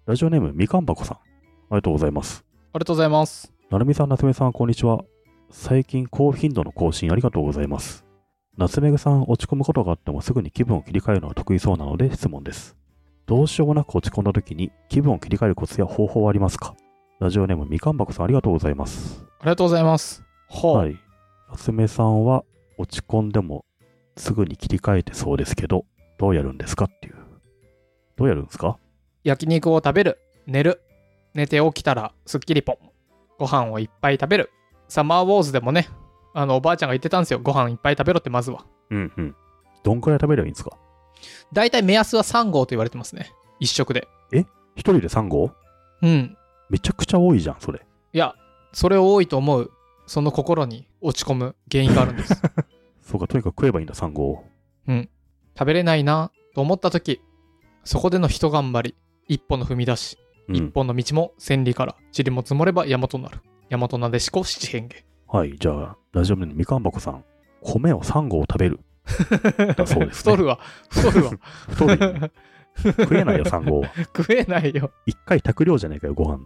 ラジオネームみかんばこさん。ありがとうございます。 ありがとうございます。 なるみさん、なつめさん、こんにちは。最近高頻度の更新ありがとうございます。なつめぐさん、落ち込むことがあってもすぐに気分を切り替えるのは得意そうなので質問です。どうしようもなく落ち込んだ時に気分を切り替えるコツや方法はありますか？ラジオネームみかんばこさん、ありがとうございます。 ありがとうございます。 はい。なつめさんは落ち込んでもすぐに切り替えてそうですけど、どうやるんですかっていう。どうやるんですか？ 焼肉を食べる、寝る、寝て起きたらすっきりポン、ご飯をいっぱい食べる。サマーウォーズでもね、おばあちゃんが言ってたんですよ。ご飯いっぱい食べろってまずは。 うんうん。どんくらい食べればいいんですか？ だいたい目安は3合と言われてますね。1食で。 一人で3合？ うん。 めちゃくちゃ多いじゃん、それ。 いや、それを多いと思う。その心に落ち込む原因があるんです。 そうか、とにかく食えばいいんだ、3合。 うん。食べれないなと思った時、そこでの一頑張り、一歩の踏み出し、一本の道も千里から、塵も積もれば山となる。大和なでしこ七変化。 はい、じゃあ、ラジオネームみかんばこさん、米を3合食べる。だそうですね。 太るわ。太るわ。 太るよね。食えないよ、3合は。 食えないよ。 1回炊く量じゃないかよ、ご飯。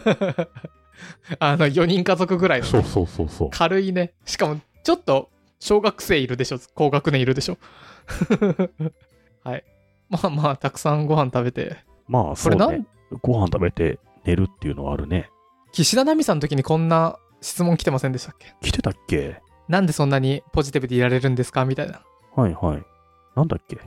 4人家族ぐらいの、ね。 そう。 軽いね。しかも、ちょっと、小学生いるでしょ。高学年いるでしょ。はい。まあ、たくさんご飯食べて。 まあ、そうね。ご飯食べて寝るっていうのはあるね。 岸田奈美さんの時にこんな質問来てませんでしたっけ？ 来てたっけ？ なんでそんなにポジティブでいられるんですかみたいな。 はいはい。なんだっけ？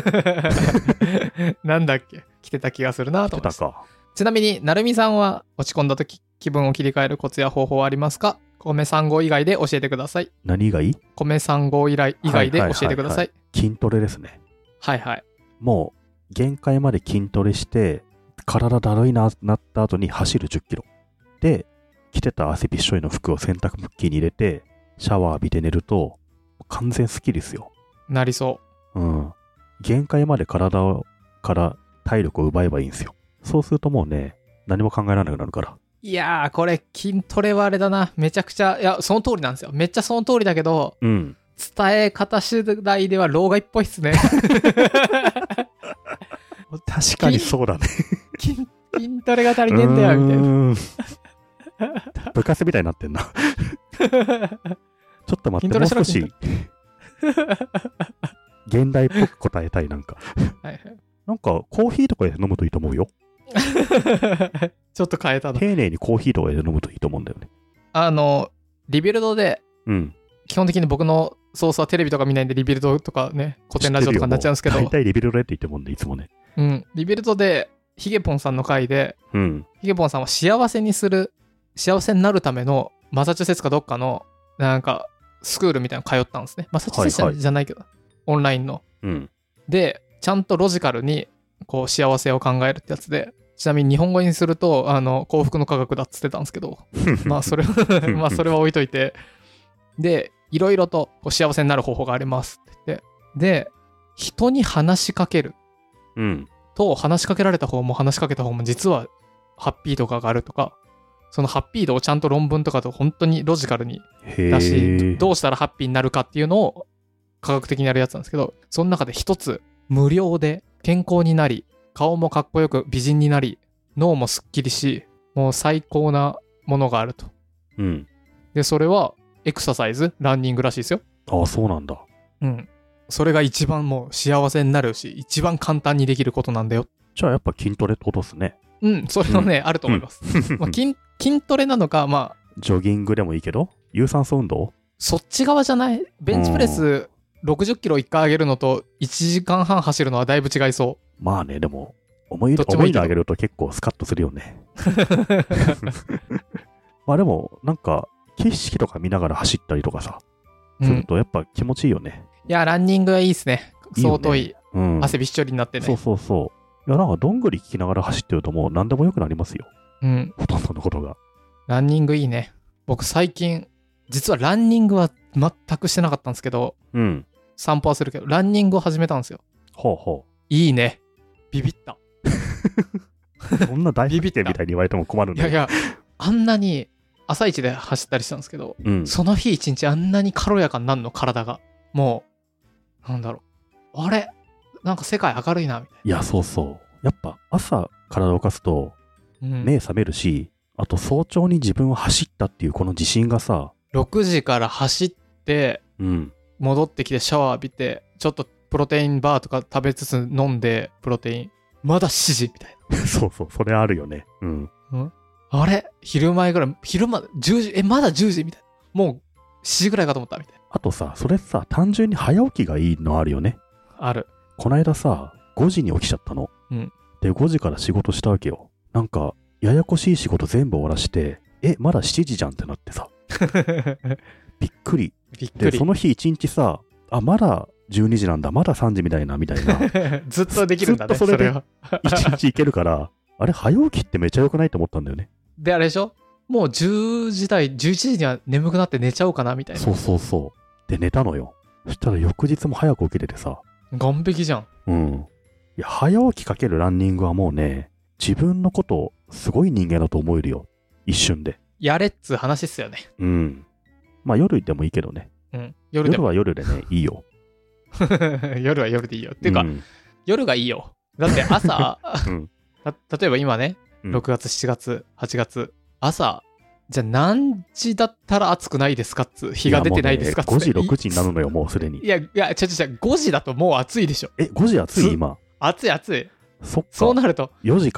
なんだっけ？来てた気がするなと思って。 来てたか。 ちなみに、なるみさんは落ち込んだ時、気分を切り替えるコツや方法はありますか？米3合以外で教えてください。 何以外？ 米3合以外で教えてください。 筋トレですね。 はいはい。 もう、限界まで筋トレして、体だるいなった後に走る10キロ。で、着てた汗びっしょりの服を洗濯機に入れて、シャワー浴びて寝ると、完全スッキリですよ。 なりそう。 うん。限界まで体から体力を奪えばいいんですよ。そうするともうね、何も考えられなくなるから。 いやー、これ筋トレはあれだな。めちゃくちゃ、いや、その通りなんですよ。めっちゃその通りだけど、 うん。 伝え方次第では老害っぽいっすね。 確かにそうだね。 筋トレが足りねえんだよ、みたいな。 部活みたいになってんな。ちょっと待って、もう少し現代っぽく答えたい、なんか。 はいはい、 なんかコーヒーとかで飲むといいと思うよ。 ちょっと変えたな。 丁寧にコーヒーとかで飲むといいと思うんだよね。 リビルドで、基本的に僕のソースはテレビとか見ないんで、リビルドとかね、古典ラジオとかになっちゃうんですけど。 大体リビルドって言ってもんね、いつもね。 うん。リビルドで、ヒゲポンさんの回で、ヒゲポンさんは幸せになるための、マサチューセッツかどっかの、なんか、スクールみたいなの通ったんですね。マサチューセッツじゃないけど、オンラインの。で、ちゃんとロジカルに、こう、幸せを考えるってやつで、ちなみに日本語にすると、幸福の科学だっつってたんですけど、まあ、それは置いといて、で、いろいろとこう幸せになる方法がありますって言って、で、人に話しかける。と、話しかけられた方も話しかけた方も実はハッピー度が上がるとか、そのハッピー度をちゃんと論文とかと本当にロジカルに出し、どうしたらハッピーになるかっていうのを科学的にやるやつなんですけど、その中で一つ無料で健康になり、顔もかっこよく美人になり、脳もすっきりし、もう最高なものがあると。で、それはエクササイズ、ランニングらしいですよ。 ああ、そうなんだ。 それが一番もう幸せになるし、一番簡単にできることなんだよ。 じゃあやっぱ筋トレってことですね。 それはね、あると思います。まあ、筋トレなのか、まあ。 ジョギングでもいいけど、有酸素運動？ そっち側じゃない？ベンチプレス60キロ1回上げるのと1時間半走るのはだいぶ違いそう。 まあね、でも、思いで上げると結構スカッとするよね。まあでも、なんか、景色とか見ながら走ったりとかさ、するとやっぱ気持ちいいよね。 いや、ランニングはいいっすね。相当いい。汗びっしょりになってね。 そう。いや、なんかどんぐり聞きながら走ってるともう何でもよくなりますよ。ほとんどのことが。 ランニングいいね。僕最近、実はランニングは全くしてなかったんですけど、散歩はするけど、ランニングを始めたんですよ。いいね。ビビった。 そんな大ビビってみたいに言われても困るんだよ。 いや、あんなに朝一で走ったりしたんですけど、その日一日あんなに軽やかになるの、体が。もう、なんだろう。あれなんか世界明るいな、みたいな。 いや、そう。やっぱ朝体を動かすと、目覚めるし、あと早朝に自分は走ったっていうこの自信がさ、 6時から走って、戻ってきてシャワー浴びて、ちょっとプロテインバーとか食べつつ飲んで、プロテイン。まだ7時みたいな。 そうそう、それあるよね。 あれ昼前ぐらい、昼間、10時、まだ10時みたいな。もう7時ぐらいかと思ったみたいな。 あとさ、それさ、単純に早起きがいいのあるよね。 ある。 こないださ、5時に起きちゃったの。で、5時から仕事したわけよ。なんか、ややこしい仕事全部終わらして、まだ7時じゃんってなってさ。びっくり。で、その日一日さ、まだ12時なんだ、まだ3時みたいな。 ずっとできるんだね、 ずっとそれで一日いけるから、あれ、早起きってめっちゃ良くないと思ったんだよね。 で、あれでしょ、もう10時台、11時には眠くなって寝ちゃおうかなみたいな。 そう。で、寝たのよ。そしたら翌日も早く起きれてさ。 完璧じゃん。 いや、早起きかけるランニングはもうね、自分のことすごい人間だと思えるよ。一瞬で。 やれっつう話っすよね。 まあ夜でもいいけどね。夜は夜でね、いいよ。 夜は夜でいいよ。っていうか、夜がいいよ。だって朝、例えば今ね、6月、7月、8月、朝、じゃあ何時だったら暑くないですかっつ、日が出てないですかっつ。 5時、6時になるのよ、もうすでに。 いや、5時だともう暑いでしょ。 5時暑い今。 暑い。 そっか。 そうなると。 4時か。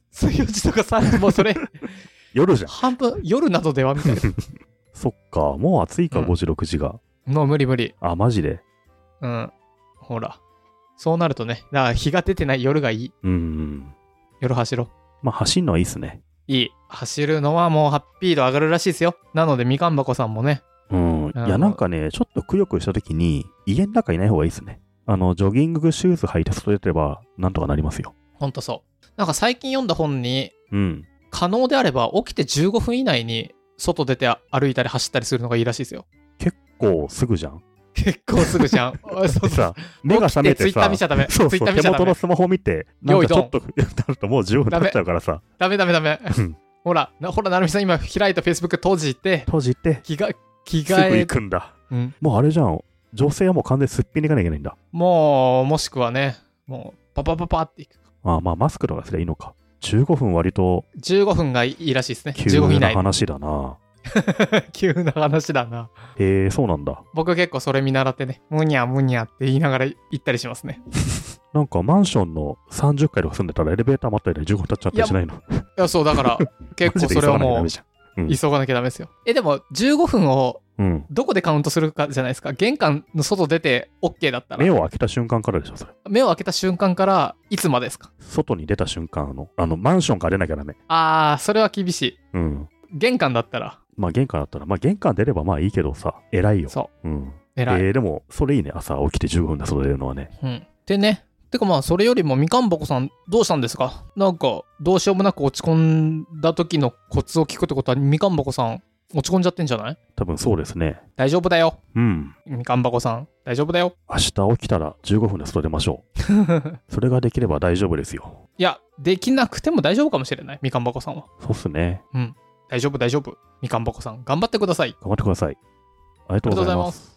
4時とか3時、もうそれ。 夜じゃん。 半分、夜などではみたいな。 そっか、もう暑いか、5時、6時が。 もう無理。 マジで。 ほら。そうなるとね、だから日が出てない夜がいい。夜走ろう。 まあ走るのはいいっすね。 いい。走るのはもうハッピー度上がるらしいですよ。なのでみかんばこさんもね。 いやなんかね、ちょっとくよくよした時に家の中いない方がいいっすね。ジョギングシューズ履いて外出てればなんとかなりますよ。 ほんとそう。なんか最近読んだ本に、可能であれば起きて15分以内に外出て歩いたり走ったりするのがいいらしいですよ。 結構すぐじゃん。 結構すぐじゃん。 そうさ、目が覚めてさ、 ツイッター見ちゃダメ。 そう手元のスマホ見て、なんかちょっとなるともう15分経っちゃうからさ。 ダメ。ほら、なるみさん今開いた Facebook 閉じて、着替え。 すぐ行くんだ。もうあれじゃん。女性はもう完全にすっぴんに行かなきゃいけないんだ。 もしくはね、もうパパっていく。 まあマスクとかすればいいのか。15分割と。 15分がいいらしいですね。 急な話だな。 急な話だな。 そうなんだ。 僕結構それ見習ってね、むにゃって言いながら行ったりしますね。 なんかマンションの30階とか住んでたらエレベーター待ったりで15分経っちゃったりしないの？いや、そうだから結構それはもう急がなきゃダメですよ。でも15分をどこでカウントするかじゃないですか。玄関の外出て OK だったら。 目を開けた瞬間からでしょ、それ。 目を開けた瞬間からいつまでですか？ 外に出た瞬間マンションから出なきゃダメ。 それは厳しい。玄関だったら。 玄関出ればまあいいけどさ、偉いよ。 そう。偉い。 でも、それいいね。朝起きて15分で外出るのはね。 でね。てかまあ、それよりもみかんばこさん、どうしたんですか？なんか、どうしようもなく落ち込んだ時のコツを聞くってことは、みかんばこさん、落ち込んじゃってんじゃない？ 多分そうですね。 大丈夫だよ。みかんばこさん、大丈夫だよ。 明日起きたら15分で外出ましょう。それができれば大丈夫ですよ。 いや、できなくても大丈夫かもしれない。みかんばこさんは。 そうっすね。 大丈夫。みかんばこさん、頑張ってください。 頑張ってください。ありがとうございます。